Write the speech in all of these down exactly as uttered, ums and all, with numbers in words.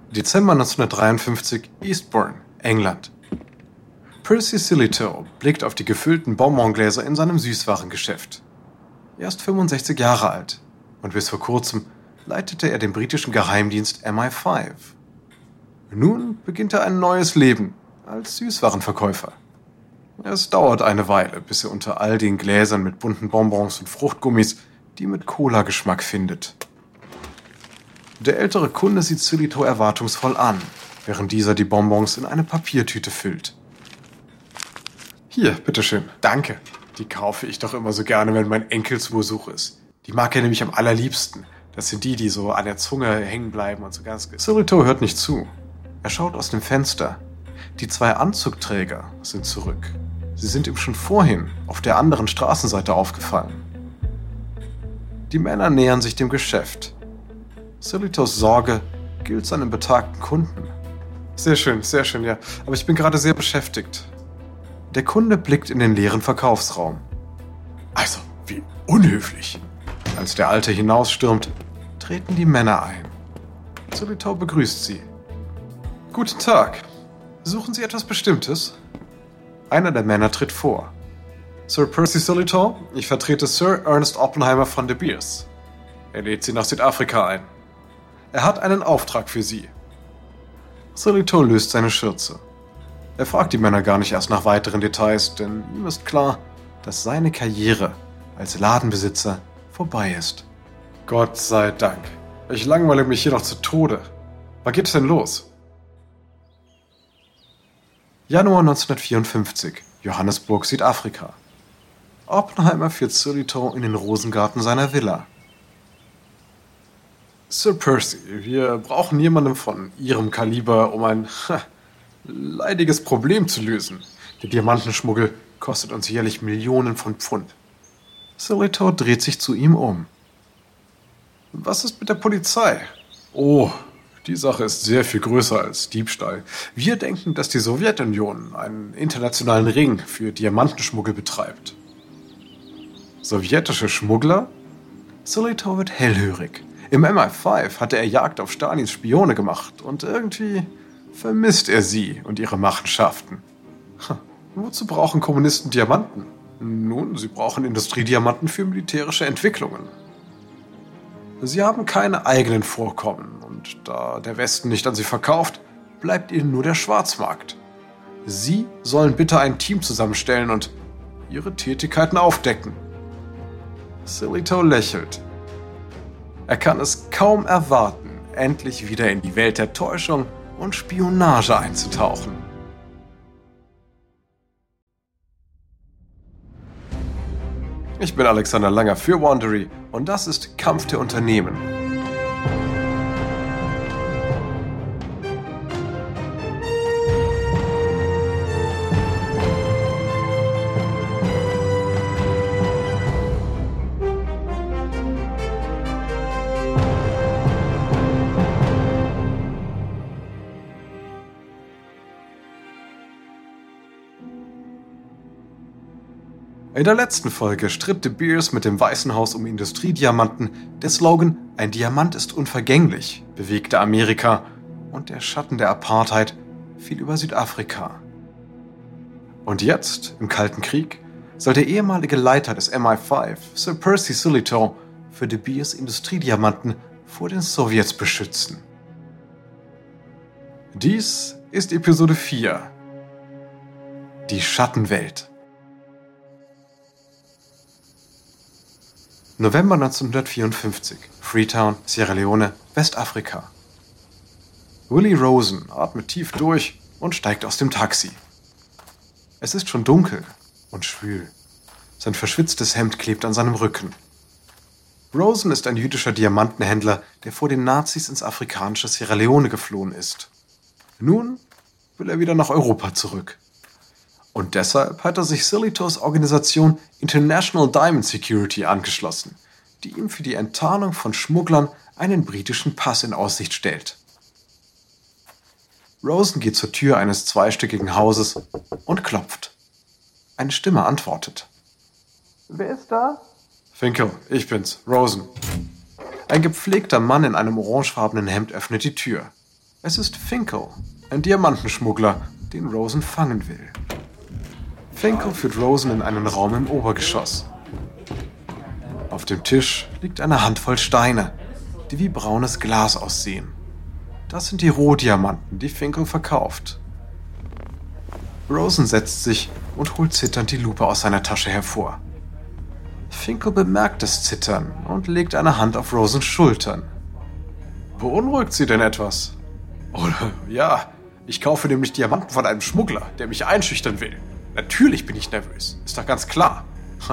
Dezember neunzehnhundertdreiundfünfzig, Eastbourne, England. Percy Sillitoe blickt auf die gefüllten Bonbongläser in seinem Süßwarengeschäft. Er ist fünfundsechzig Jahre alt und bis vor kurzem leitete er den britischen Geheimdienst M I fünf. Nun beginnt er ein neues Leben als Süßwarenverkäufer. Es dauert eine Weile, bis er unter all den Gläsern mit bunten Bonbons und Fruchtgummis die mit Cola-Geschmack findet. Der ältere Kunde sieht Sillitoe erwartungsvoll an, während dieser die Bonbons in eine Papiertüte füllt. Hier, bitteschön. Danke. Die kaufe ich doch immer so gerne, wenn mein Enkel zu Besuch ist. Die mag er nämlich am allerliebsten. Das sind die, die so an der Zunge hängen bleiben und so ganz... Sillitoe hört nicht zu. Er schaut aus dem Fenster. Die zwei Anzugträger sind zurück. Sie sind ihm schon vorhin auf der anderen Straßenseite aufgefallen. Die Männer nähern sich dem Geschäft. Sillitoes Sorge gilt seinem betagten Kunden. Sehr schön, sehr schön, ja. Aber ich bin gerade sehr beschäftigt. Der Kunde blickt in den leeren Verkaufsraum. Also, wie unhöflich. Als der Alte hinausstürmt, treten die Männer ein. Sillitoe begrüßt sie. Guten Tag. Suchen Sie etwas Bestimmtes? Einer der Männer tritt vor. Sir Percy Sillitoe, ich vertrete Sir Ernest Oppenheimer von De Beers. Er lädt Sie nach Südafrika ein. Er hat einen Auftrag für Sie. Sillitoe löst seine Schürze. Er fragt die Männer gar nicht erst nach weiteren Details, denn ihm ist klar, dass seine Karriere als Ladenbesitzer vorbei ist. Gott sei Dank. Ich langweile mich hier noch zu Tode. Wann geht es denn los? Januar neunzehnhundertvierundfünfzig, Johannesburg, Südafrika. Oppenheimer führt Sillitoe in den Rosengarten seiner Villa. Sir Percy, wir brauchen jemanden von Ihrem Kaliber, um ein ha, leidiges Problem zu lösen. Der Diamantenschmuggel kostet uns jährlich Millionen von Pfund. Sillitoe dreht sich zu ihm um. Was ist mit der Polizei? Oh, die Sache ist sehr viel größer als Diebstahl. Wir denken, dass die Sowjetunion einen internationalen Ring für Diamantenschmuggel betreibt. Sowjetische Schmuggler? Sillitoe wird hellhörig. Im M I fünf hatte er Jagd auf Stalins Spione gemacht und irgendwie vermisst er sie und ihre Machenschaften. Hm, wozu brauchen Kommunisten Diamanten? Nun, sie brauchen Industriediamanten für militärische Entwicklungen. Sie haben keine eigenen Vorkommen und da der Westen nicht an sie verkauft, bleibt ihnen nur der Schwarzmarkt. Sie sollen bitte ein Team zusammenstellen und ihre Tätigkeiten aufdecken. Sillitoe lächelt. Er kann es kaum erwarten, endlich wieder in die Welt der Täuschung und Spionage einzutauchen. Ich bin Alexander Langer für Wandery und das ist Kampf der Unternehmen. In der letzten Folge stritt De Beers mit dem Weißen Haus um Industriediamanten. Der Slogan „Ein Diamant ist unvergänglich“ bewegte Amerika und der Schatten der Apartheid fiel über Südafrika. Und jetzt, im Kalten Krieg, soll der ehemalige Leiter des M I fünf, Sir Percy Sillitoe, für De Beers Industriediamanten vor den Sowjets beschützen. Dies ist Episode vier. Die Schattenwelt. November neunzehnhundertvierundfünfzig, Freetown, Sierra Leone, Westafrika. Willie Rosen atmet tief durch und steigt aus dem Taxi. Es ist schon dunkel und schwül. Sein verschwitztes Hemd klebt an seinem Rücken. Rosen ist ein jüdischer Diamantenhändler, der vor den Nazis ins afrikanische Sierra Leone geflohen ist. Nun will er wieder nach Europa zurück. Und deshalb hat er sich Sillitoes Organisation International Diamond Security angeschlossen, die ihm für die Enttarnung von Schmugglern einen britischen Pass in Aussicht stellt. Rosen geht zur Tür eines zweistöckigen Hauses und klopft. Eine Stimme antwortet. Wer ist da? Finkel, ich bin's, Rosen. Ein gepflegter Mann in einem orangefarbenen Hemd öffnet die Tür. Es ist Finkel, ein Diamantenschmuggler, den Rosen fangen will. Finkel führt Rosen in einen Raum im Obergeschoss. Auf dem Tisch liegt eine Handvoll Steine, die wie braunes Glas aussehen. Das sind die Rohdiamanten, die Finkel verkauft. Rosen setzt sich und holt zitternd die Lupe aus seiner Tasche hervor. Finkel bemerkt das Zittern und legt eine Hand auf Rosens Schultern. Beunruhigt Sie denn etwas? Oh, ja, ich kaufe nämlich Diamanten von einem Schmuggler, der mich einschüchtern will. Natürlich bin ich nervös, ist doch ganz klar.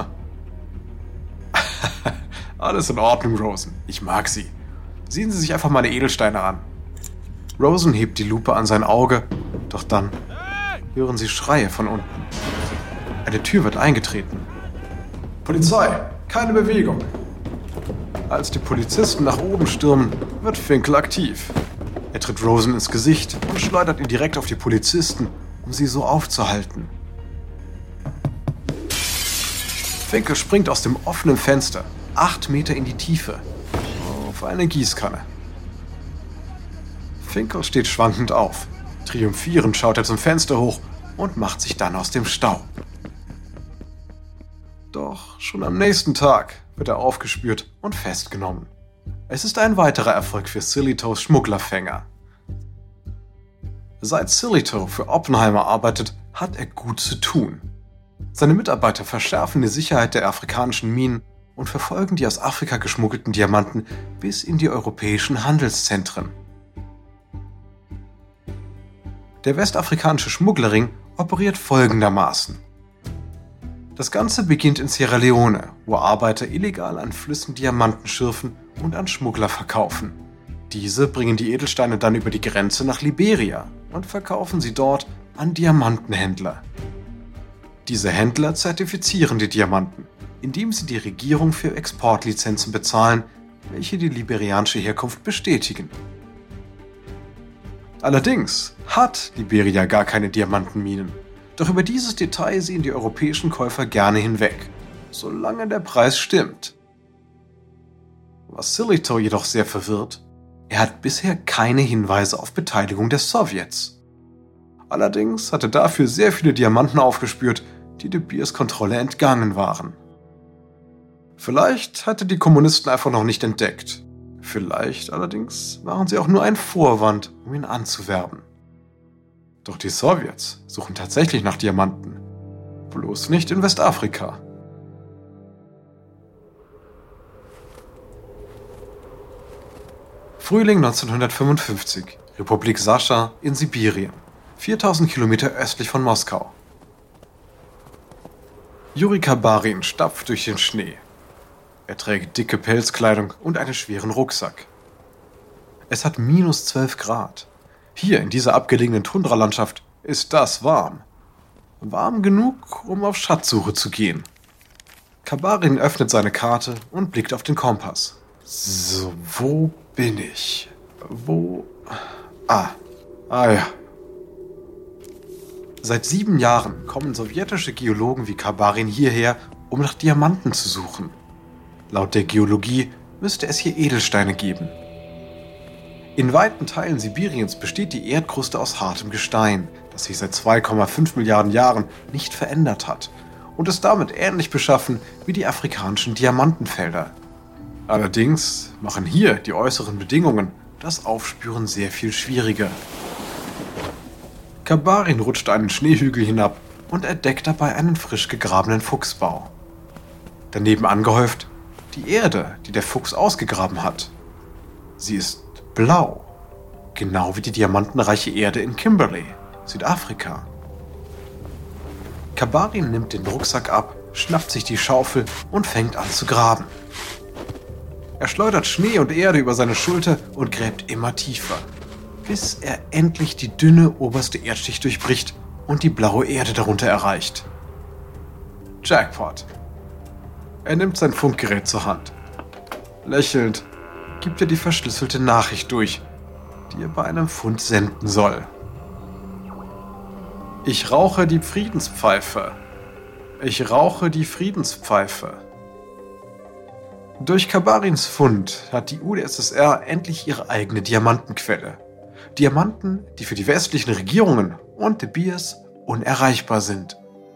Alles in Ordnung, Rosen. Ich mag Sie. Sehen Sie sich einfach meine Edelsteine an. Rosen hebt die Lupe an sein Auge, doch dann hören sie Schreie von unten. Eine Tür wird eingetreten. Polizei, keine Bewegung. Als die Polizisten nach oben stürmen, wird Finkel aktiv. Er tritt Rosen ins Gesicht und schleudert ihn direkt auf die Polizisten, um sie so aufzuhalten. Finkel springt aus dem offenen Fenster, acht Meter in die Tiefe, auf eine Gießkanne. Finkel steht schwankend auf. Triumphierend schaut er zum Fenster hoch und macht sich dann aus dem Staub. Doch schon am nächsten Tag wird er aufgespürt und festgenommen. Es ist ein weiterer Erfolg für Sillytoes Schmugglerfänger. Seit Sillytoe für Oppenheimer arbeitet, hat er gut zu tun. Seine Mitarbeiter verschärfen die Sicherheit der afrikanischen Minen und verfolgen die aus Afrika geschmuggelten Diamanten bis in die europäischen Handelszentren. Der westafrikanische Schmugglerring operiert folgendermaßen. Das Ganze beginnt in Sierra Leone, wo Arbeiter illegal an Flüssen Diamanten schürfen und an Schmuggler verkaufen. Diese bringen die Edelsteine dann über die Grenze nach Liberia und verkaufen sie dort an Diamantenhändler. Diese Händler zertifizieren die Diamanten, indem sie die Regierung für Exportlizenzen bezahlen, welche die liberianische Herkunft bestätigen. Allerdings hat Liberia gar keine Diamantenminen, doch über dieses Detail sehen die europäischen Käufer gerne hinweg, solange der Preis stimmt. Was Sillytoe jedoch sehr verwirrt, er hat bisher keine Hinweise auf Beteiligung der Sowjets. Allerdings hat er dafür sehr viele Diamanten aufgespürt, die De Beers Kontrolle entgangen waren. Vielleicht hatte die Kommunisten einfach noch nicht entdeckt. Vielleicht allerdings waren sie auch nur ein Vorwand, um ihn anzuwerben. Doch die Sowjets suchen tatsächlich nach Diamanten. Bloß nicht in Westafrika. Frühling neunzehnhundertfünfundfünfzig, Republik Sascha in Sibirien, viertausend Kilometer östlich von Moskau. Juri Kabarin stapft durch den Schnee. Er trägt dicke Pelzkleidung und einen schweren Rucksack. Es hat minus zwölf Grad. Hier in dieser abgelegenen Tundralandschaft ist das warm. Warm genug, um auf Schatzsuche zu gehen. Kabarin öffnet seine Karte und blickt auf den Kompass. So, wo bin ich? Wo? Ah, ah ja. Seit sieben Jahren kommen sowjetische Geologen wie Kabarin hierher, um nach Diamanten zu suchen. Laut der Geologie müsste es hier Edelsteine geben. In weiten Teilen Sibiriens besteht die Erdkruste aus hartem Gestein, das sich seit zwei Komma fünf Milliarden Jahren nicht verändert hat und ist damit ähnlich beschaffen wie die afrikanischen Diamantenfelder. Allerdings machen hier die äußeren Bedingungen das Aufspüren sehr viel schwieriger. Kabarin rutscht einen Schneehügel hinab und entdeckt dabei einen frisch gegrabenen Fuchsbau. Daneben angehäuft die Erde, die der Fuchs ausgegraben hat. Sie ist blau, genau wie die diamantenreiche Erde in Kimberley, Südafrika. Kabarin nimmt den Rucksack ab, schnappt sich die Schaufel und fängt an zu graben. Er schleudert Schnee und Erde über seine Schulter und gräbt immer tiefer, bis er endlich die dünne oberste Erdschicht durchbricht und die blaue Erde darunter erreicht. Jackpot. Er nimmt sein Funkgerät zur Hand. Lächelnd gibt er die verschlüsselte Nachricht durch, die er bei einem Fund senden soll. Ich rauche die Friedenspfeife. Ich rauche die Friedenspfeife. Durch Kabarins Fund hat die U d S S R endlich ihre eigene Diamantenquelle. Diamanten, die für die westlichen Regierungen und De Beers unerreichbar sind.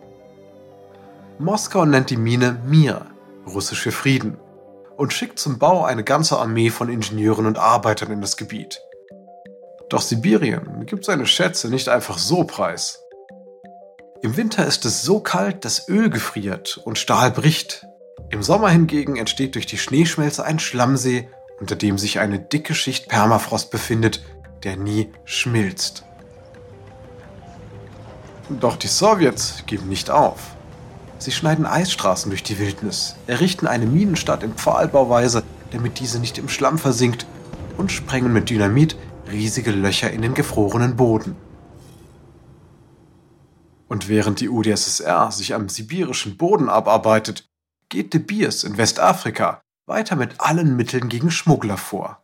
Moskau nennt die Mine Mir, russisch für Frieden, und schickt zum Bau eine ganze Armee von Ingenieuren und Arbeitern in das Gebiet. Doch Sibirien gibt seine Schätze nicht einfach so preis. Im Winter ist es so kalt, dass Öl gefriert und Stahl bricht. Im Sommer hingegen entsteht durch die Schneeschmelze ein Schlammsee, unter dem sich eine dicke Schicht Permafrost befindet, der nie schmilzt. Doch die Sowjets geben nicht auf. Sie schneiden Eisstraßen durch die Wildnis, errichten eine Minenstadt in Pfahlbauweise, damit diese nicht im Schlamm versinkt, und sprengen mit Dynamit riesige Löcher in den gefrorenen Boden. Und während die U d S S R sich am sibirischen Boden abarbeitet, geht De Beers in Westafrika weiter mit allen Mitteln gegen Schmuggler vor.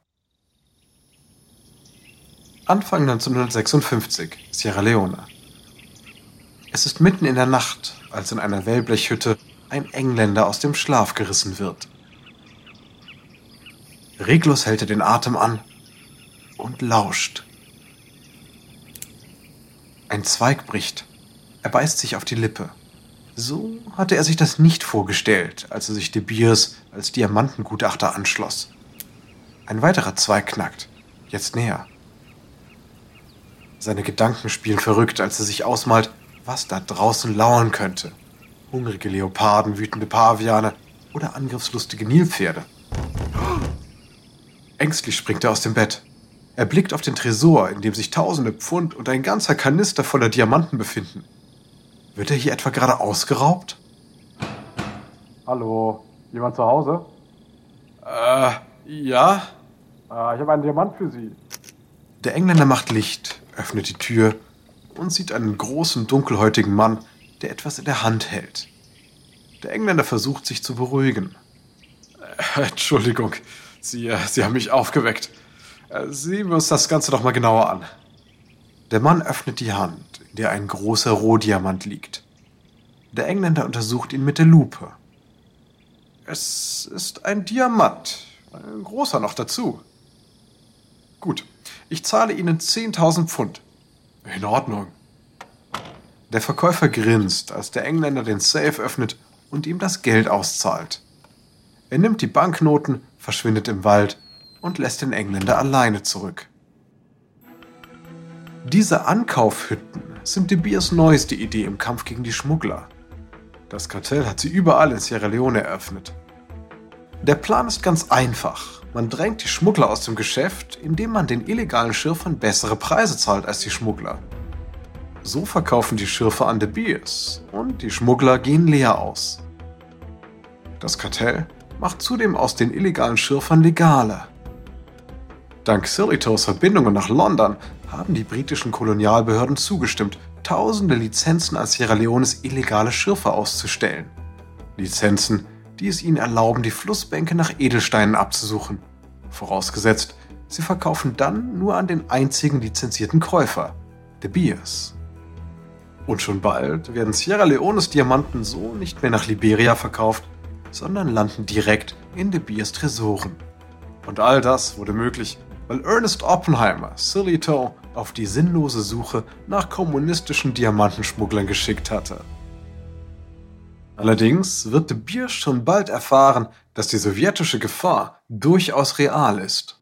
Anfang neunzehnhundertsechsundfünfzig, Sierra Leone. Es ist mitten in der Nacht, als in einer Wellblechhütte ein Engländer aus dem Schlaf gerissen wird. Reglos hält er den Atem an und lauscht. Ein Zweig bricht. Er beißt sich auf die Lippe. So hatte er sich das nicht vorgestellt, als er sich De Beers als Diamantengutachter anschloss. Ein weiterer Zweig knackt, jetzt näher. Seine Gedanken spielen verrückt, als er sich ausmalt, was da draußen lauern könnte. Hungrige Leoparden, wütende Paviane oder angriffslustige Nilpferde. Ängstlich springt er aus dem Bett. Er blickt auf den Tresor, in dem sich tausende Pfund und ein ganzer Kanister voller Diamanten befinden. Wird er hier etwa gerade ausgeraubt? Hallo, jemand zu Hause? Äh, ja? Äh, ich habe einen Diamant für Sie. Der Engländer macht Licht, öffnet die Tür und sieht einen großen, dunkelhäutigen Mann, der etwas in der Hand hält. Der Engländer versucht, sich zu beruhigen. Äh, Entschuldigung, Sie, äh, Sie haben mich aufgeweckt. Äh, sehen wir uns das Ganze doch mal genauer an. Der Mann öffnet die Hand, in der ein großer Rohdiamant liegt. Der Engländer untersucht ihn mit der Lupe. Es ist ein Diamant, ein großer noch dazu. Gut, ich zahle Ihnen zehntausend Pfund. In Ordnung. Der Verkäufer grinst, als der Engländer den Safe öffnet und ihm das Geld auszahlt. Er nimmt die Banknoten, verschwindet im Wald und lässt den Engländer alleine zurück. Diese Ankaufhütten sind De Beers neueste Idee im Kampf gegen die Schmuggler. Das Kartell hat sie überall in Sierra Leone eröffnet. Der Plan ist ganz einfach. Man drängt die Schmuggler aus dem Geschäft, indem man den illegalen Schürfern bessere Preise zahlt als die Schmuggler. So verkaufen die Schürfer an De Beers und die Schmuggler gehen leer aus. Das Kartell macht zudem aus den illegalen Schürfern legale. Dank Sillitoes Verbindungen nach London haben die britischen Kolonialbehörden zugestimmt, tausende Lizenzen an Sierra Leones illegale Schürfer auszustellen. Lizenzen, die es ihnen erlauben, die Flussbänke nach Edelsteinen abzusuchen. Vorausgesetzt, sie verkaufen dann nur an den einzigen lizenzierten Käufer, De Beers. Und schon bald werden Sierra Leones Diamanten so nicht mehr nach Liberia verkauft, sondern landen direkt in De Beers Tresoren. Und all das wurde möglich, weil Ernest Oppenheimer Sillitoe auf die sinnlose Suche nach kommunistischen Diamantenschmugglern geschickt hatte. Allerdings wird De Beers schon bald erfahren, dass die sowjetische Gefahr durchaus real ist.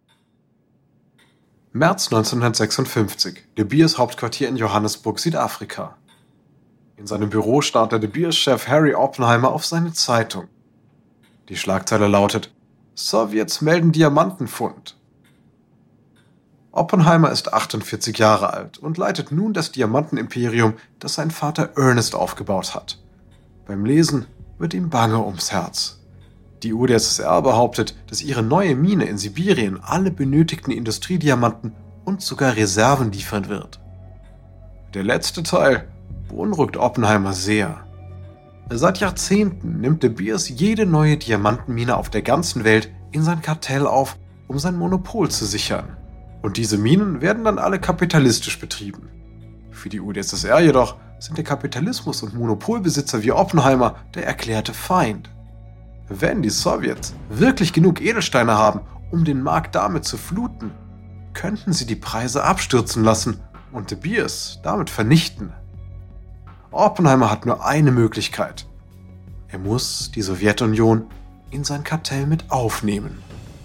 März neunzehnhundertsechsundfünfzig, De Beers Hauptquartier in Johannesburg, Südafrika. In seinem Büro starrt der De Beers-Chef Harry Oppenheimer auf seine Zeitung. Die Schlagzeile lautet: Sowjets melden Diamantenfund. Oppenheimer ist achtundvierzig Jahre alt und leitet nun das Diamantenimperium, das sein Vater Ernest aufgebaut hat. Beim Lesen wird ihm bange ums Herz. Die U d S S R behauptet, dass ihre neue Mine in Sibirien alle benötigten Industriediamanten und sogar Reserven liefern wird. Der letzte Teil beunruhigt Oppenheimer sehr. Seit Jahrzehnten nimmt De Beers jede neue Diamantenmine auf der ganzen Welt in sein Kartell auf, um sein Monopol zu sichern. Und diese Minen werden dann alle kapitalistisch betrieben. Für die U d S S R jedoch sind der Kapitalismus und Monopolbesitzer wie Oppenheimer der erklärte Feind. Wenn die Sowjets wirklich genug Edelsteine haben, um den Markt damit zu fluten, könnten sie die Preise abstürzen lassen und De Beers damit vernichten. Oppenheimer hat nur eine Möglichkeit. Er muss die Sowjetunion in sein Kartell mit aufnehmen.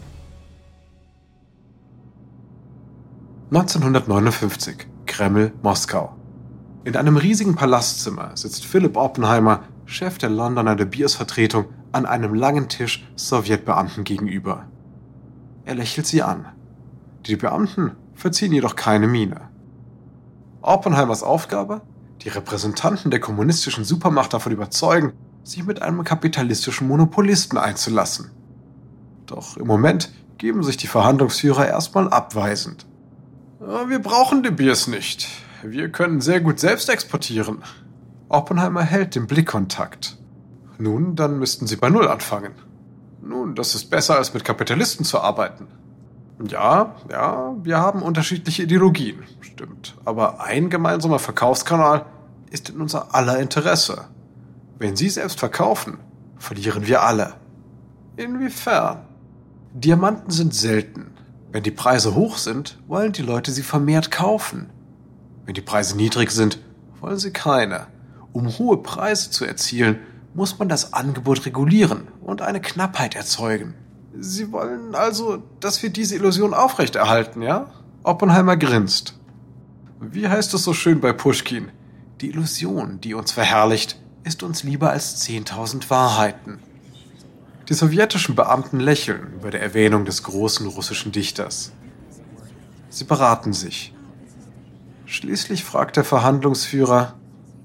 neunzehnhundertneunundfünfzig, Kreml, Moskau. In einem riesigen Palastzimmer sitzt Philipp Oppenheimer, Chef der Londoner De Beers-Vertretung, an einem langen Tisch Sowjetbeamten gegenüber. Er lächelt sie an. Die Beamten verziehen jedoch keine Miene. Oppenheimers Aufgabe? Die Repräsentanten der kommunistischen Supermacht davon überzeugen, sich mit einem kapitalistischen Monopolisten einzulassen. Doch im Moment geben sich die Verhandlungsführer erstmal abweisend. Wir brauchen De Beers nicht. Wir können sehr gut selbst exportieren. Oppenheimer hält den Blickkontakt. Nun, dann müssten sie bei Null anfangen. Nun, das ist besser, als mit Kapitalisten zu arbeiten. Ja, ja, wir haben unterschiedliche Ideologien, stimmt. Aber ein gemeinsamer Verkaufskanal ist in unser aller Interesse. Wenn Sie selbst verkaufen, verlieren wir alle. Inwiefern? Diamanten sind selten. Wenn die Preise hoch sind, wollen die Leute sie vermehrt kaufen. Wenn die Preise niedrig sind, wollen sie keine. Um hohe Preise zu erzielen, muss man das Angebot regulieren und eine Knappheit erzeugen. Sie wollen also, dass wir diese Illusion aufrechterhalten, ja? Oppenheimer grinst. Wie heißt es so schön bei Puschkin? Die Illusion, die uns verherrlicht, ist uns lieber als zehntausend Wahrheiten. Die sowjetischen Beamten lächeln über der Erwähnung des großen russischen Dichters. Sie beraten sich. Schließlich fragt der Verhandlungsführer: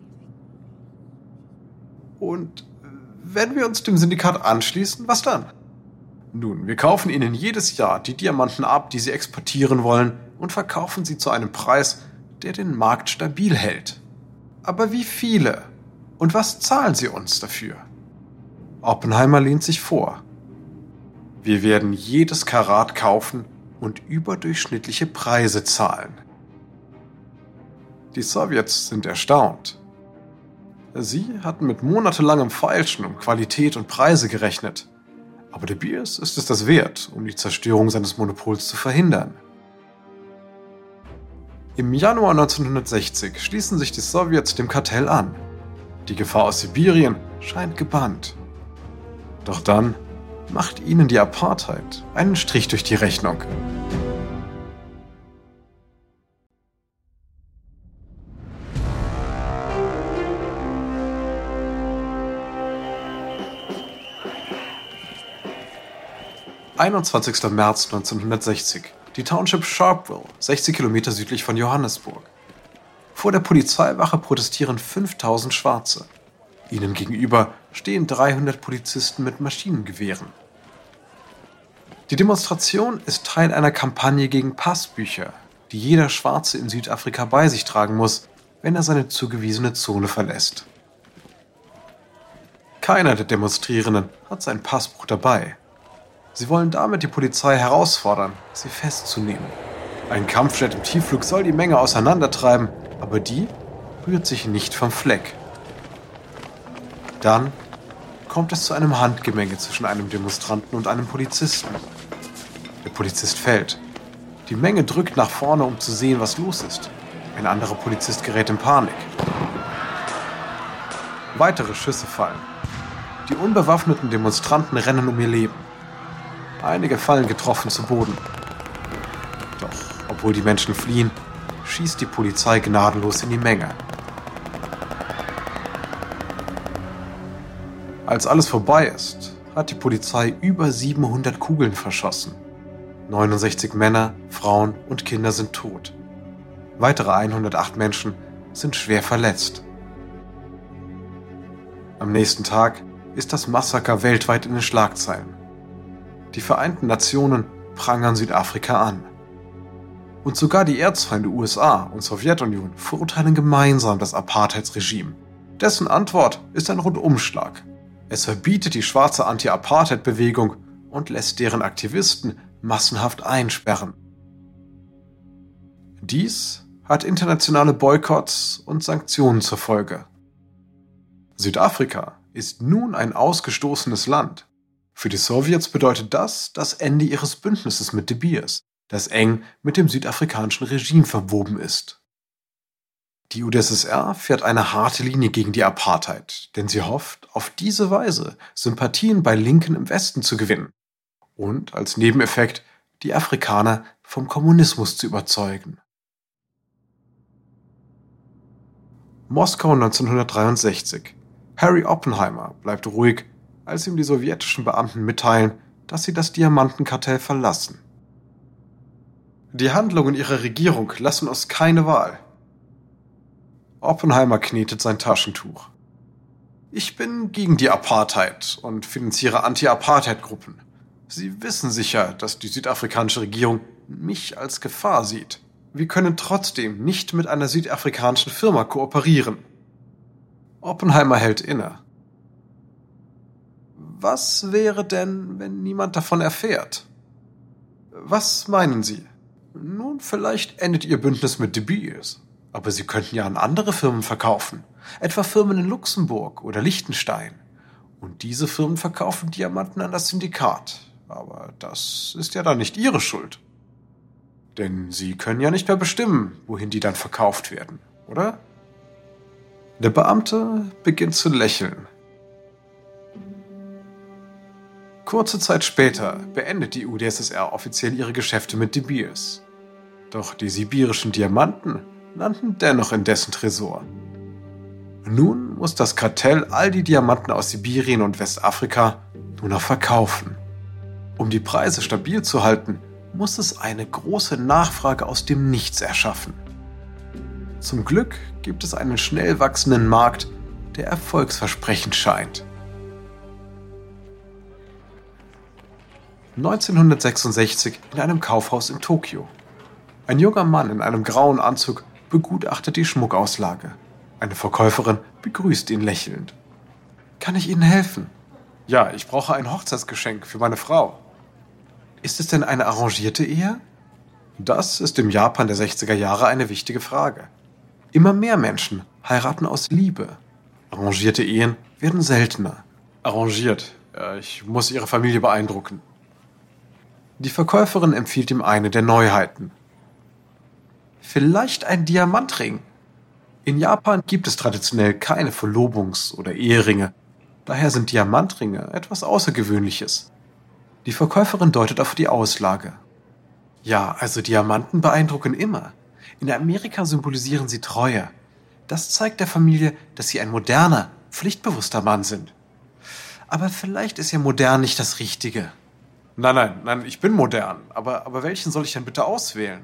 Und wenn wir uns dem Syndikat anschließen, was dann? Nun, wir kaufen Ihnen jedes Jahr die Diamanten ab, die Sie exportieren wollen, und verkaufen sie zu einem Preis, der den Markt stabil hält. Aber wie viele? Und was zahlen Sie uns dafür? Oppenheimer lehnt sich vor. Wir werden jedes Karat kaufen und überdurchschnittliche Preise zahlen. Die Sowjets sind erstaunt. Sie hatten mit monatelangem Feilschen um Qualität und Preise gerechnet. Aber De Beers ist es das wert, um die Zerstörung seines Monopols zu verhindern. Im Januar neunzehnhundertsechzig schließen sich die Sowjets dem Kartell an. Die Gefahr aus Sibirien scheint gebannt. Doch dann macht ihnen die Apartheid einen Strich durch die Rechnung. einundzwanzigster März neunzehnhundertsechzig. Die Township Sharpeville, sechzig Kilometer südlich von Johannesburg. Vor der Polizeiwache protestieren fünftausend Schwarze. Ihnen gegenüber stehen dreihundert Polizisten mit Maschinengewehren. Die Demonstration ist Teil einer Kampagne gegen Passbücher, die jeder Schwarze in Südafrika bei sich tragen muss, wenn er seine zugewiesene Zone verlässt. Keiner der Demonstrierenden hat sein Passbuch dabei. Sie wollen damit die Polizei herausfordern, sie festzunehmen. Ein Kampfjet im Tiefflug soll die Menge auseinandertreiben, aber die rührt sich nicht vom Fleck. Dann kommt es zu einem Handgemenge zwischen einem Demonstranten und einem Polizisten. Der Polizist fällt. Die Menge drückt nach vorne, um zu sehen, was los ist. Ein anderer Polizist gerät in Panik. Weitere Schüsse fallen. Die unbewaffneten Demonstranten rennen um ihr Leben. Einige fallen getroffen zu Boden. Doch, obwohl die Menschen fliehen, schießt die Polizei gnadenlos in die Menge. Als alles vorbei ist, hat die Polizei über siebenhundert Kugeln verschossen. neunundsechzig Männer, Frauen und Kinder sind tot. Weitere hundertacht Menschen sind schwer verletzt. Am nächsten Tag ist das Massaker weltweit in den Schlagzeilen. Die Vereinten Nationen prangern Südafrika an. Und sogar die Erzfeinde U S A und Sowjetunion verurteilen gemeinsam das Apartheidsregime. Dessen Antwort ist ein Rundumschlag. Es verbietet die schwarze Anti-Apartheid-Bewegung und lässt deren Aktivisten massenhaft einsperren. Dies hat internationale Boykotts und Sanktionen zur Folge. Südafrika ist nun ein ausgestoßenes Land. Für die Sowjets bedeutet das das Ende ihres Bündnisses mit De Beers. das eng mit dem südafrikanischen Regime verwoben ist. Die U d S S R fährt eine harte Linie gegen die Apartheid, denn sie hofft, auf diese Weise Sympathien bei Linken im Westen zu gewinnen und als Nebeneffekt die Afrikaner vom Kommunismus zu überzeugen. Moskau neunzehnhundertdreiundsechzig. Harry Oppenheimer bleibt ruhig, als ihm die sowjetischen Beamten mitteilen, dass sie das Diamantenkartell verlassen. Die Handlungen ihrer Regierung lassen uns keine Wahl. Oppenheimer knetet sein Taschentuch. Ich bin gegen die Apartheid und finanziere Anti-Apartheid-Gruppen. Sie wissen sicher, dass die südafrikanische Regierung mich als Gefahr sieht. Wir können trotzdem nicht mit einer südafrikanischen Firma kooperieren. Oppenheimer hält inne. Was wäre denn, wenn niemand davon erfährt? Was meinen Sie? Nun, vielleicht endet Ihr Bündnis mit De Beers. Aber Sie könnten ja an andere Firmen verkaufen. Etwa Firmen in Luxemburg oder Liechtenstein. Und diese Firmen verkaufen Diamanten an das Syndikat. Aber das ist ja dann nicht Ihre Schuld. Denn Sie können ja nicht mehr bestimmen, wohin die dann verkauft werden, oder? Der Beamte beginnt zu lächeln. Kurze Zeit später beendet die U d S S R offiziell ihre Geschäfte mit De Beers. Doch die sibirischen Diamanten landen dennoch in dessen Tresor. Nun muss das Kartell all die Diamanten aus Sibirien und Westafrika nur noch verkaufen. Um die Preise stabil zu halten, muss es eine große Nachfrage aus dem Nichts erschaffen. Zum Glück gibt es einen schnell wachsenden Markt, der erfolgsversprechend scheint. neunzehnhundertsechsundsechzig in einem Kaufhaus in Tokio. Ein junger Mann in einem grauen Anzug begutachtet die Schmuckauslage. Eine Verkäuferin begrüßt ihn lächelnd. »Kann ich Ihnen helfen?« »Ja, ich brauche ein Hochzeitsgeschenk für meine Frau.« »Ist es denn eine arrangierte Ehe?« Das ist im Japan der sechziger Jahre eine wichtige Frage. Immer mehr Menschen heiraten aus Liebe. Arrangierte Ehen werden seltener. Arrangiert. Ja, ich muss Ihre Familie beeindrucken. Die Verkäuferin empfiehlt ihm eine der Neuheiten. Vielleicht ein Diamantring. In Japan gibt es traditionell keine Verlobungs- oder Eheringe. Daher sind Diamantringe etwas Außergewöhnliches. Die Verkäuferin deutet auf die Auslage. Ja, also Diamanten beeindrucken immer. In Amerika symbolisieren sie Treue. Das zeigt der Familie, dass sie ein moderner, pflichtbewusster Mann sind. Aber vielleicht ist ja modern nicht das Richtige. Nein, nein, nein, ich bin modern. Aber, aber welchen soll ich denn bitte auswählen?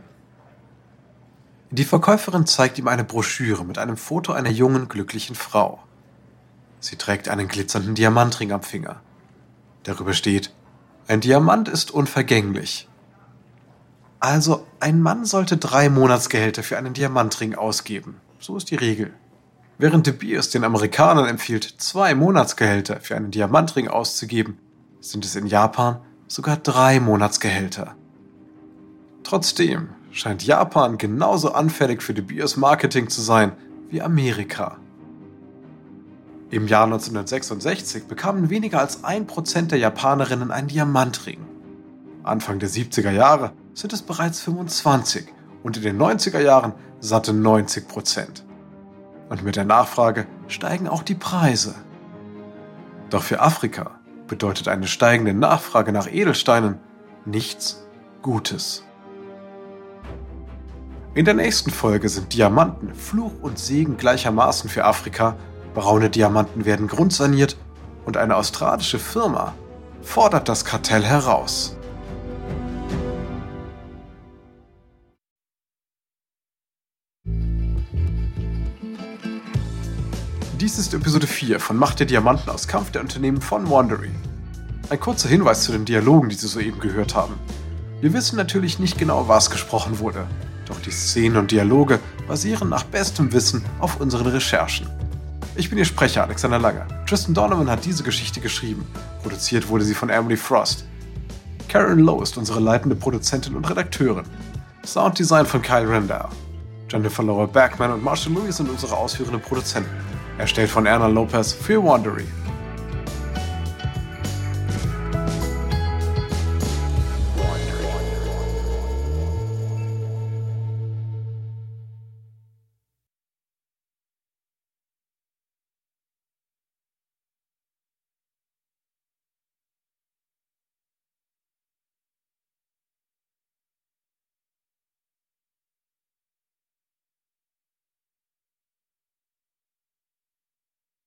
Die Verkäuferin zeigt ihm eine Broschüre mit einem Foto einer jungen, glücklichen Frau. Sie trägt einen glitzernden Diamantring am Finger. Darüber steht: Ein Diamant ist unvergänglich. Also, ein Mann sollte drei Monatsgehälter für einen Diamantring ausgeben. So ist die Regel. Während De Beers den Amerikanern empfiehlt, zwei Monatsgehälter für einen Diamantring auszugeben, sind es in Japan sogar drei Monatsgehälter. Trotzdem scheint Japan genauso anfällig für De Beers Marketing zu sein wie Amerika. Im Jahr neunzehnhundertsechsundsechzig bekamen weniger als ein Prozent der Japanerinnen einen Diamantring. Anfang der siebziger Jahre sind es bereits fünfundzwanzig und in den neunziger Jahren satte neunzig Prozent. Und mit der Nachfrage steigen auch die Preise. Doch für Afrika bedeutet eine steigende Nachfrage nach Edelsteinen nichts Gutes. In der nächsten Folge sind Diamanten Fluch und Segen gleichermaßen für Afrika. Braune Diamanten werden grundsaniert und eine australische Firma fordert das Kartell heraus. Dies ist Episode vier von Macht der Diamanten aus Kampf der Unternehmen von Wandery. Ein kurzer Hinweis zu den Dialogen, die Sie soeben gehört haben. Wir wissen natürlich nicht genau, was gesprochen wurde, doch die Szenen und Dialoge basieren nach bestem Wissen auf unseren Recherchen. Ich bin Ihr Sprecher, Alexander Lange. Tristan Donovan hat diese Geschichte geschrieben. Produziert wurde sie von Emily Frost. Karen Lowe ist unsere leitende Produzentin und Redakteurin. Sounddesign von Kyle Rendau. Jennifer Laura Bergman und Marshall Lewis sind unsere ausführenden Produzenten. Erstellt von Erna Lopez für Wandery.